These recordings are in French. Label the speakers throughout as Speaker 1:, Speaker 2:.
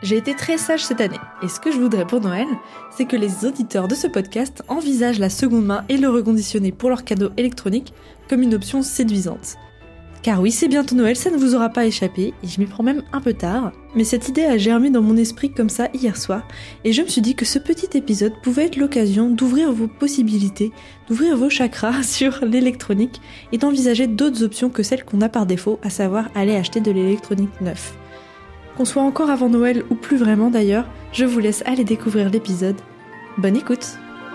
Speaker 1: J'ai été très sage cette année, et ce que je voudrais pour Noël, c'est que les auditeurs de ce podcast envisagent la seconde main et le reconditionné pour leur cadeau électronique comme une option séduisante. Car oui, c'est bientôt Noël, ça ne vous aura pas échappé, et je m'y prends même un peu tard, mais cette idée a germé dans mon esprit comme ça hier soir, et je me suis dit que ce petit épisode pouvait être l'occasion d'ouvrir vos possibilités, d'ouvrir vos chakras sur l'électronique, et d'envisager d'autres options que celles qu'on a par défaut, à savoir aller acheter de l'électronique neuf. Qu'on soit encore avant Noël ou plus vraiment d'ailleurs, je vous laisse aller découvrir l'épisode. Bonne écoute!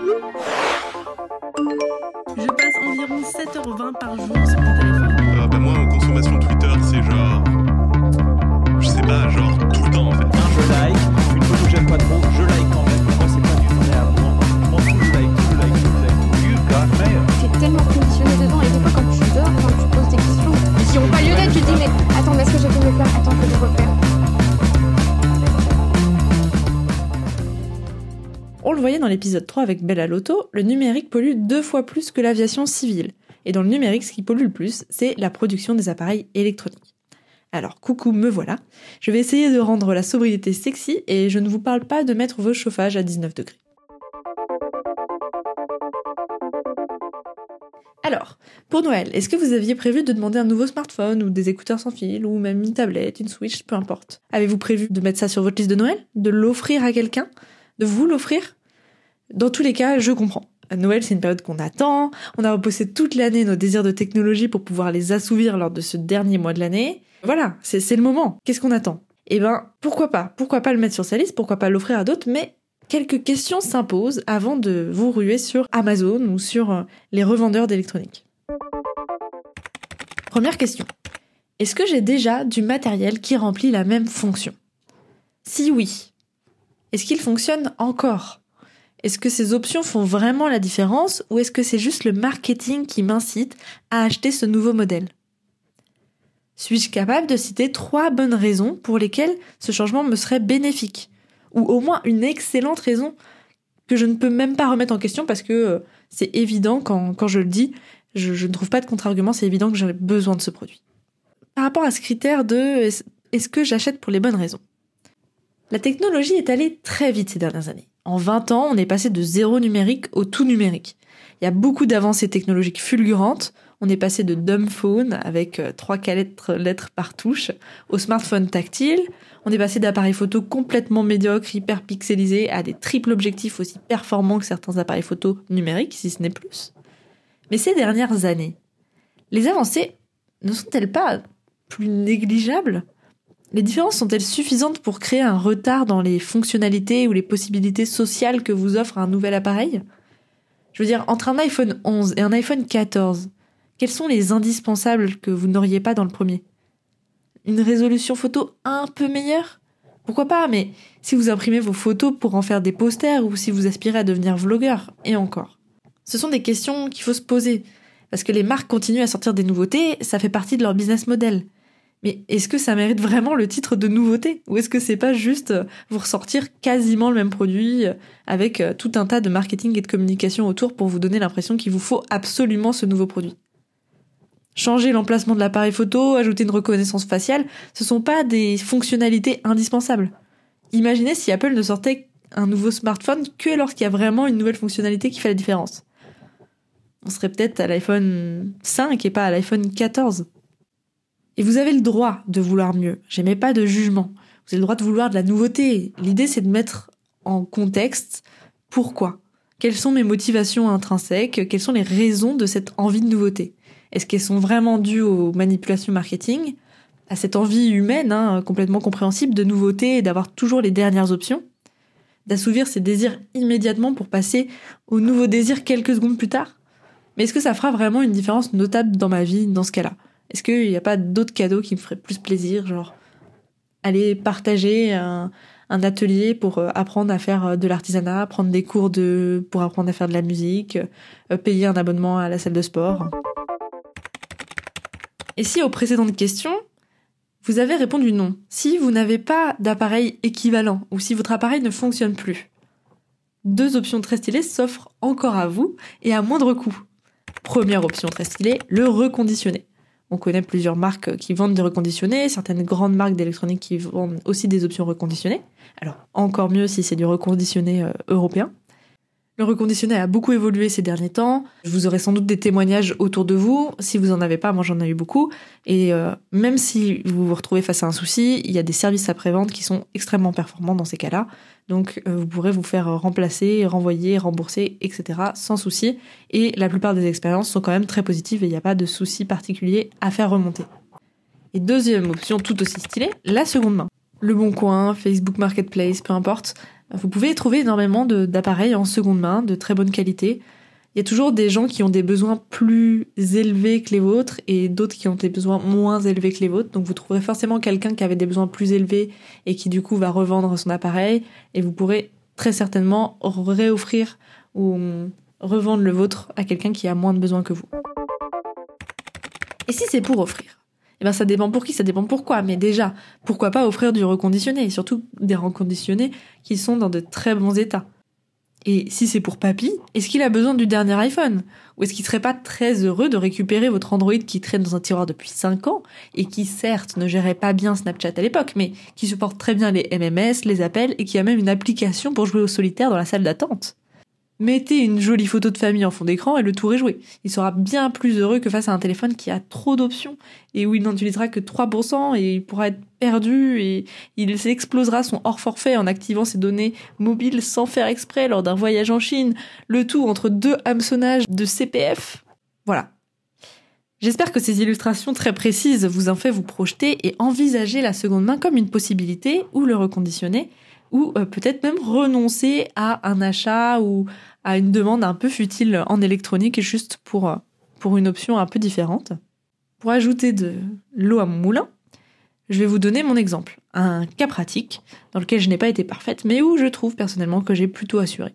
Speaker 1: Je passe environ 7h20 par jour sur mon téléphone.
Speaker 2: Moi, en consommation Twitter, c'est genre... Je sais pas, genre tout le temps en fait.
Speaker 3: Je like, une photo que j'aime pas trop, je like quand même. Moi, c'est pas du vrai amour. Je m'en fous, je like. You got mail.
Speaker 4: T'es tellement conditionné dedans et des fois quand tu dors, quand tu poses des questions qui n'ont pas lieu d'être, tu te dis mais attends, mais est-ce que j'ai fait me faire? Attends, que je refaire.
Speaker 1: On le voyait dans l'épisode 3 avec Bella Lotto, le numérique pollue 2 fois plus que l'aviation civile. Et dans le numérique, ce qui pollue le plus, c'est la production des appareils électroniques. Alors, coucou, me voilà. Je vais essayer de rendre la sobriété sexy et je ne vous parle pas de mettre vos chauffages à 19 degrés. Alors, pour Noël, est-ce que vous aviez prévu de demander un nouveau smartphone ou des écouteurs sans fil ou même une tablette, une Switch, peu importe? Avez-vous prévu de mettre ça sur votre liste de Noël? De l'offrir à quelqu'un? De vous l'offrir? Dans tous les cas, je comprends. Noël, c'est une période qu'on attend, on a repoussé toute l'année nos désirs de technologie pour pouvoir les assouvir lors de ce dernier mois de l'année. Voilà, c'est le moment. Qu'est-ce qu'on attend? Eh ben, pourquoi pas le mettre sur sa liste, pourquoi pas l'offrir à d'autres, mais quelques questions s'imposent avant de vous ruer sur Amazon ou sur les revendeurs d'électronique. Première question. Est-ce que j'ai déjà du matériel qui remplit la même fonction? Si oui, est-ce qu'il fonctionne encore? Est-ce que ces options font vraiment la différence ou est-ce que c'est juste le marketing qui m'incite à acheter ce nouveau modèle? Suis-je capable de citer 3 bonnes raisons pour lesquelles ce changement me serait bénéfique? Ou au moins une excellente raison que je ne peux même pas remettre en question parce que c'est évident quand je le dis, je ne trouve pas de contre-argument, c'est évident que j'ai besoin de ce produit. Par rapport à ce critère de est-ce que j'achète pour les bonnes raisons? La technologie est allée très vite ces dernières années. En 20 ans, on est passé de zéro numérique au tout numérique. Il y a beaucoup d'avancées technologiques fulgurantes. On est passé de dumb phone avec 3-4 lettres par touche au smartphone tactile. On est passé d'appareils photo complètement médiocres, hyper pixelisés, à des triples objectifs aussi performants que certains appareils photo numériques, si ce n'est plus. Mais ces dernières années, les avancées ne sont-elles pas plus négligeables ? Les différences sont-elles suffisantes pour créer un retard dans les fonctionnalités ou les possibilités sociales que vous offre un nouvel appareil? Je veux dire, entre un iPhone 11 et un iPhone 14, quels sont les indispensables que vous n'auriez pas dans le premier? Une résolution photo un peu meilleure? Pourquoi pas, mais si vous imprimez vos photos pour en faire des posters ou si vous aspirez à devenir vlogueur, et encore. Ce sont des questions qu'il faut se poser, parce que les marques continuent à sortir des nouveautés, ça fait partie de leur business model. Mais est-ce que ça mérite vraiment le titre de nouveauté? Ou est-ce que c'est pas juste vous ressortir quasiment le même produit avec tout un tas de marketing et de communication autour pour vous donner l'impression qu'il vous faut absolument ce nouveau produit? Changer l'emplacement de l'appareil photo, ajouter une reconnaissance faciale, ce sont pas des fonctionnalités indispensables. Imaginez si Apple ne sortait un nouveau smartphone que lorsqu'il y a vraiment une nouvelle fonctionnalité qui fait la différence. On serait peut-être à l'iPhone 5 et pas à l'iPhone 14. Et vous avez le droit de vouloir mieux. J'émets pas de jugement. Vous avez le droit de vouloir de la nouveauté. L'idée, c'est de mettre en contexte pourquoi. Quelles sont mes motivations intrinsèques? Quelles sont les raisons de cette envie de nouveauté? Est-ce qu'elles sont vraiment dues aux manipulations marketing, à cette envie humaine, complètement compréhensible, de nouveauté et d'avoir toujours les dernières options? D'assouvir ses désirs immédiatement pour passer aux nouveaux désirs quelques secondes plus tard? Mais est-ce que ça fera vraiment une différence notable dans ma vie, dans ce cas-là? Est-ce qu'il n'y a pas d'autres cadeaux qui me feraient plus plaisir, genre aller partager un atelier pour apprendre à faire de l'artisanat, prendre des cours pour apprendre à faire de la musique, payer un abonnement à la salle de sport? Et si aux précédentes questions, vous avez répondu non, si vous n'avez pas d'appareil équivalent ou si votre appareil ne fonctionne plus, 2 options très stylées s'offrent encore à vous et à moindre coût. Première option très stylée, le reconditionner. On connaît plusieurs marques qui vendent des reconditionnés, certaines grandes marques d'électronique qui vendent aussi des options reconditionnées. Alors, encore mieux si c'est du reconditionné européen. Le reconditionné a beaucoup évolué ces derniers temps. Vous aurez sans doute des témoignages autour de vous. Si vous en avez pas, moi j'en ai eu beaucoup. Et même si vous vous retrouvez face à un souci, il y a des services après-vente qui sont extrêmement performants dans ces cas-là. Donc vous pourrez vous faire remplacer, renvoyer, rembourser, etc. sans souci. Et la plupart des expériences sont quand même très positives et il n'y a pas de souci particulier à faire remonter. Et deuxième option tout aussi stylée, la seconde main. Le Boncoin, Facebook Marketplace, peu importe. Vous pouvez trouver énormément d'appareils en seconde main, de très bonne qualité. Il y a toujours des gens qui ont des besoins plus élevés que les vôtres et d'autres qui ont des besoins moins élevés que les vôtres. Donc vous trouverez forcément quelqu'un qui avait des besoins plus élevés et qui du coup va revendre son appareil. Et vous pourrez très certainement réoffrir ou revendre le vôtre à quelqu'un qui a moins de besoins que vous. Et si c'est pour offrir ? Eh ben ça dépend pour qui, ça dépend pourquoi. Mais déjà, pourquoi pas offrir du reconditionné, et surtout des reconditionnés qui sont dans de très bons états. Et si c'est pour papy, est-ce qu'il a besoin du dernier iPhone ? Ou est-ce qu'il serait pas très heureux de récupérer votre Android qui traîne dans un tiroir depuis 5 ans et qui certes ne gérait pas bien Snapchat à l'époque, mais qui supporte très bien les MMS, les appels et qui a même une application pour jouer au solitaire dans la salle d'attente ? Mettez une jolie photo de famille en fond d'écran et le tour est joué. Il sera bien plus heureux que face à un téléphone qui a trop d'options et où il n'utilisera que 3% et il pourra être perdu et il explosera son hors forfait en activant ses données mobiles sans faire exprès lors d'un voyage en Chine, le tout entre 2 hameçonnages de CPF. Voilà. J'espère que ces illustrations très précises vous en fait vous projeter et envisager la seconde main comme une possibilité ou le reconditionner ou peut-être même renoncer à un achat ou à une demande un peu futile en électronique juste pour une option un peu différente. Pour ajouter de l'eau à mon moulin, je vais vous donner mon exemple, un cas pratique dans lequel je n'ai pas été parfaite, mais où je trouve personnellement que j'ai plutôt assuré.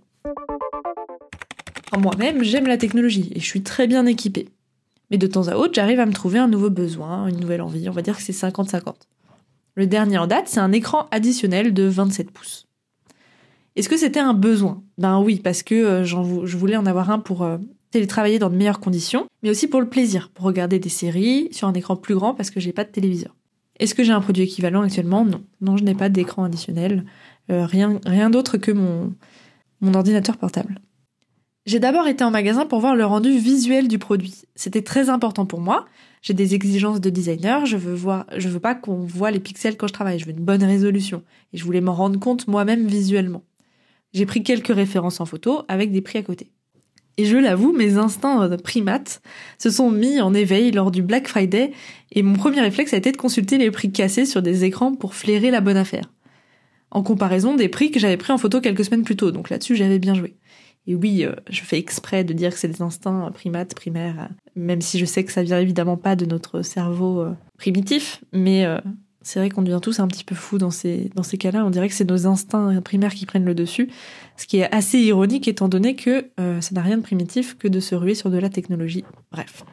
Speaker 1: Moi-même, j'aime la technologie et je suis très bien équipée. Mais de temps à autre, j'arrive à me trouver un nouveau besoin, une nouvelle envie, on va dire que c'est 50-50. Le dernier en date, c'est un écran additionnel de 27 pouces. Est-ce que c'était un besoin ? Ben oui, parce que je voulais en avoir un pour télétravailler dans de meilleures conditions, mais aussi pour le plaisir, pour regarder des séries sur un écran plus grand parce que j'ai pas de téléviseur. Est-ce que j'ai un produit équivalent actuellement ? Non. Non, je n'ai pas d'écran additionnel. Rien d'autre que mon ordinateur portable. J'ai d'abord été en magasin pour voir le rendu visuel du produit. C'était très important pour moi. J'ai des exigences de designer, je veux pas qu'on voit les pixels quand je travaille, je veux une bonne résolution. Et je voulais m'en rendre compte moi-même visuellement. J'ai pris quelques références en photo avec des prix à côté. Et je l'avoue, mes instincts primates se sont mis en éveil lors du Black Friday et mon premier réflexe a été de consulter les prix cassés sur des écrans pour flairer la bonne affaire. En comparaison des prix que j'avais pris en photo quelques semaines plus tôt, donc là-dessus j'avais bien joué. Et oui, je fais exprès de dire que c'est des instincts primaires, même si je sais que ça vient évidemment pas de notre cerveau primitif, mais c'est vrai qu'on devient tous un petit peu fous dans ces cas-là. On dirait que c'est nos instincts primaires qui prennent le dessus, ce qui est assez ironique étant donné que ça n'a rien de primitif que de se ruer sur de la technologie. Bref.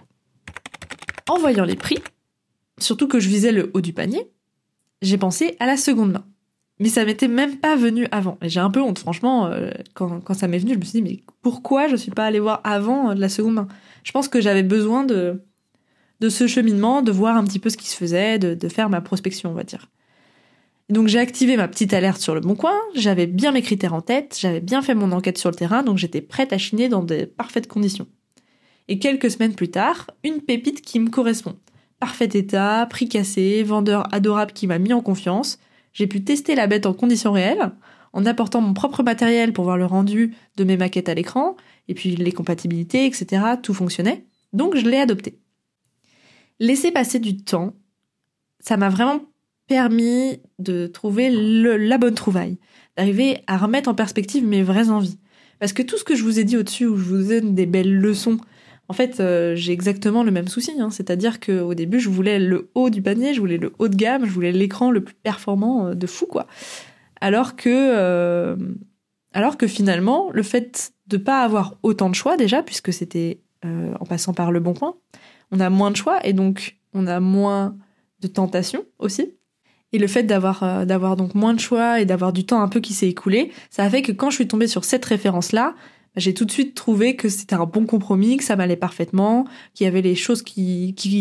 Speaker 1: En voyant les prix, surtout que je visais le haut du panier, j'ai pensé à la seconde main. Mais ça m'était même pas venu avant. Et j'ai un peu honte, franchement, quand ça m'est venu, je me suis dit, mais pourquoi je suis pas allée voir avant de la seconde main ? Je pense que j'avais besoin de ce cheminement, de voir un petit peu ce qui se faisait, de faire ma prospection, on va dire. Et donc j'ai activé ma petite alerte sur le Boncoin, j'avais bien mes critères en tête, j'avais bien fait mon enquête sur le terrain, donc j'étais prête à chiner dans de parfaites conditions. Et quelques semaines plus tard, une pépite qui me correspond. Parfait état, prix cassé, vendeur adorable qui m'a mis en confiance. J'ai pu tester la bête en conditions réelles, en apportant mon propre matériel pour voir le rendu de mes maquettes à l'écran, et puis les compatibilités, etc. Tout fonctionnait, donc je l'ai adopté. Laisser passer du temps, ça m'a vraiment permis de trouver la bonne trouvaille, d'arriver à remettre en perspective mes vraies envies. Parce que tout ce que je vous ai dit au-dessus, où je vous donne des belles leçons, en fait, j'ai exactement le même souci, c'est-à-dire qu'au début, je voulais le haut du panier, je voulais le haut de gamme, je voulais l'écran le plus performant de fou, quoi. Alors que finalement, le fait de pas avoir autant de choix déjà, puisque c'était en passant par le Boncoin, on a moins de choix et donc on a moins de tentations aussi. Et le fait d'avoir donc moins de choix et d'avoir du temps un peu qui s'est écoulé, ça a fait que quand je suis tombée sur cette référence-là, j'ai tout de suite trouvé que c'était un bon compromis, que ça m'allait parfaitement, qu'il y avait les choses qui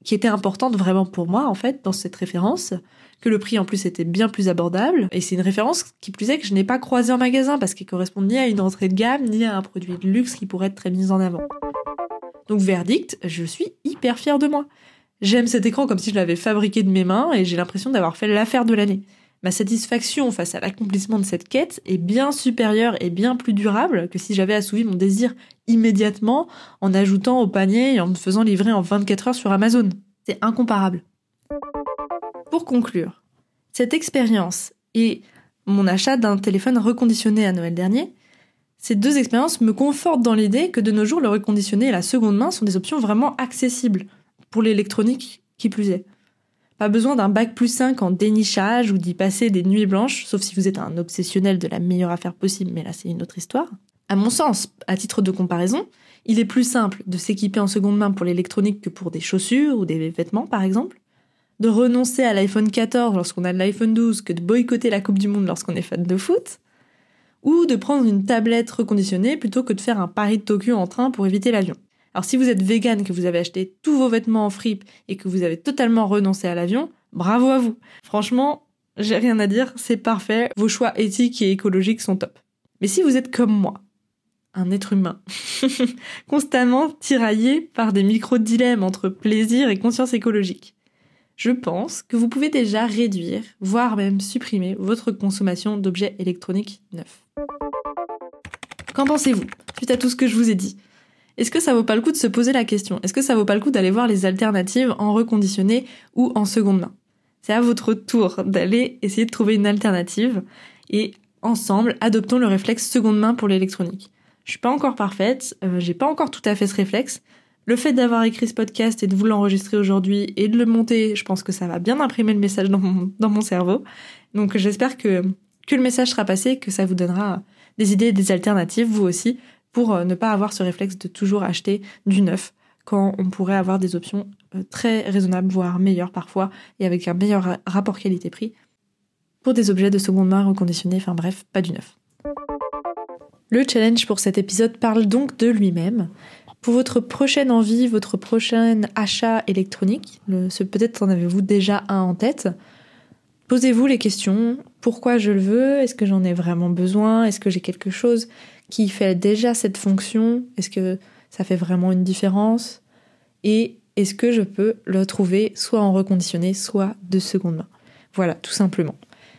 Speaker 1: qui était importante vraiment pour moi, en fait, dans cette référence, que le prix en plus était bien plus abordable, et c'est une référence qui plus est que je n'ai pas croisée en magasin, parce qu'elle correspond ni à une entrée de gamme, ni à un produit de luxe qui pourrait être très mis en avant. Donc verdict, je suis hyper fière de moi. J'aime cet écran comme si je l'avais fabriqué de mes mains, et j'ai l'impression d'avoir fait l'affaire de l'année. Ma satisfaction face à l'accomplissement de cette quête est bien supérieure et bien plus durable que si j'avais assouvi mon désir immédiatement en ajoutant au panier et en me faisant livrer en 24 heures sur Amazon. C'est incomparable. Pour conclure, cette expérience et mon achat d'un téléphone reconditionné à Noël dernier, ces deux expériences me confortent dans l'idée que de nos jours, le reconditionné et la seconde main sont des options vraiment accessibles, pour l'électronique qui plus est. Pas besoin d'un bac+5 en dénichage ou d'y passer des nuits blanches, sauf si vous êtes un obsessionnel de la meilleure affaire possible, mais là c'est une autre histoire. À mon sens, à titre de comparaison, il est plus simple de s'équiper en seconde main pour l'électronique que pour des chaussures ou des vêtements par exemple, de renoncer à l'iPhone 14 lorsqu'on a l'iPhone 12 que de boycotter la Coupe du Monde lorsqu'on est fan de foot, ou de prendre une tablette reconditionnée plutôt que de faire un Paris de Tokyo en train pour éviter l'avion. Alors si vous êtes vegan, que vous avez acheté tous vos vêtements en fripe et que vous avez totalement renoncé à l'avion, bravo à vous. Franchement, j'ai rien à dire, c'est parfait, vos choix éthiques et écologiques sont top. Mais si vous êtes comme moi, un être humain, constamment tiraillé par des micro-dilemmes entre plaisir et conscience écologique, je pense que vous pouvez déjà réduire, voire même supprimer votre consommation d'objets électroniques neufs. Qu'en pensez-vous, suite à tout ce que je vous ai dit ? Est-ce que ça vaut pas le coup de se poser la question ? Est-ce que ça vaut pas le coup d'aller voir les alternatives en reconditionné ou en seconde main ? C'est à votre tour d'aller essayer de trouver une alternative et ensemble, adoptons le réflexe seconde main pour l'électronique. Je suis pas encore parfaite, j'ai pas encore tout à fait ce réflexe. Le fait d'avoir écrit ce podcast et de vous l'enregistrer aujourd'hui et de le monter, je pense que ça va bien imprimer le message dans mon cerveau. Donc j'espère que le message sera passé, que ça vous donnera des idées et des alternatives, vous aussi, pour ne pas avoir ce réflexe de toujours acheter du neuf quand on pourrait avoir des options très raisonnables, voire meilleures parfois, et avec un meilleur rapport qualité-prix pour des objets de seconde main reconditionnés, enfin bref, pas du neuf. Le challenge pour cet épisode parle donc de lui-même. Pour votre prochaine envie, votre prochain achat électronique, peut-être en avez-vous déjà un en tête, posez-vous les questions. Pourquoi je le veux ? Est-ce que j'en ai vraiment besoin ? Est-ce que j'ai quelque chose qui fait déjà cette fonction ? Est-ce que ça fait vraiment une différence ? Et est-ce que je peux le trouver soit en reconditionné, soit de seconde main ? Voilà, tout simplement.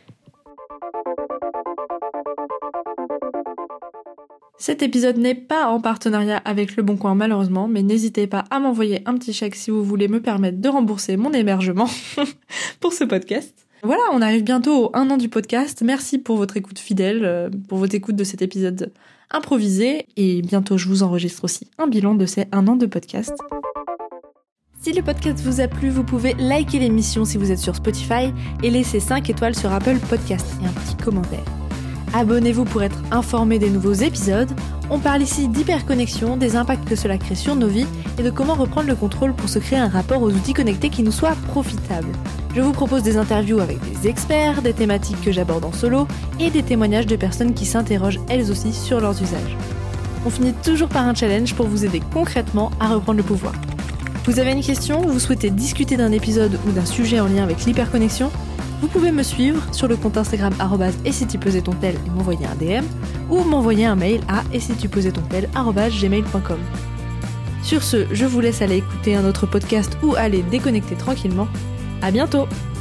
Speaker 1: Cet épisode n'est pas en partenariat avec Le Bon Coin malheureusement, mais n'hésitez pas à m'envoyer un petit chèque si vous voulez me permettre de rembourser mon hébergement pour ce podcast. Voilà, on arrive bientôt au 1 an du podcast. Merci pour votre écoute fidèle, pour votre écoute de cet épisode improvisé. Et bientôt, je vous enregistre aussi un bilan de ces 1 an de podcast. Si le podcast vous a plu, vous pouvez liker l'émission si vous êtes sur Spotify et laisser 5 étoiles sur Apple Podcast et un petit commentaire. Abonnez-vous pour être informé des nouveaux épisodes. On parle ici d'hyperconnexion, des impacts que cela crée sur nos vies et de comment reprendre le contrôle pour se créer un rapport aux outils connectés qui nous soit profitable. Je vous propose des interviews avec des experts, des thématiques que j'aborde en solo et des témoignages de personnes qui s'interrogent elles aussi sur leurs usages. On finit toujours par un challenge pour vous aider concrètement à reprendre le pouvoir. Vous avez une question, vous souhaitez discuter d'un épisode ou d'un sujet en lien avec l'hyperconnexion ? Vous pouvez me suivre sur le compte Instagram @etsituposetontel et m'envoyer un DM ou m'envoyer un mail à etsituposetontel@gmail.com. Sur ce, je vous laisse aller écouter un autre podcast ou aller déconnecter tranquillement. À bientôt!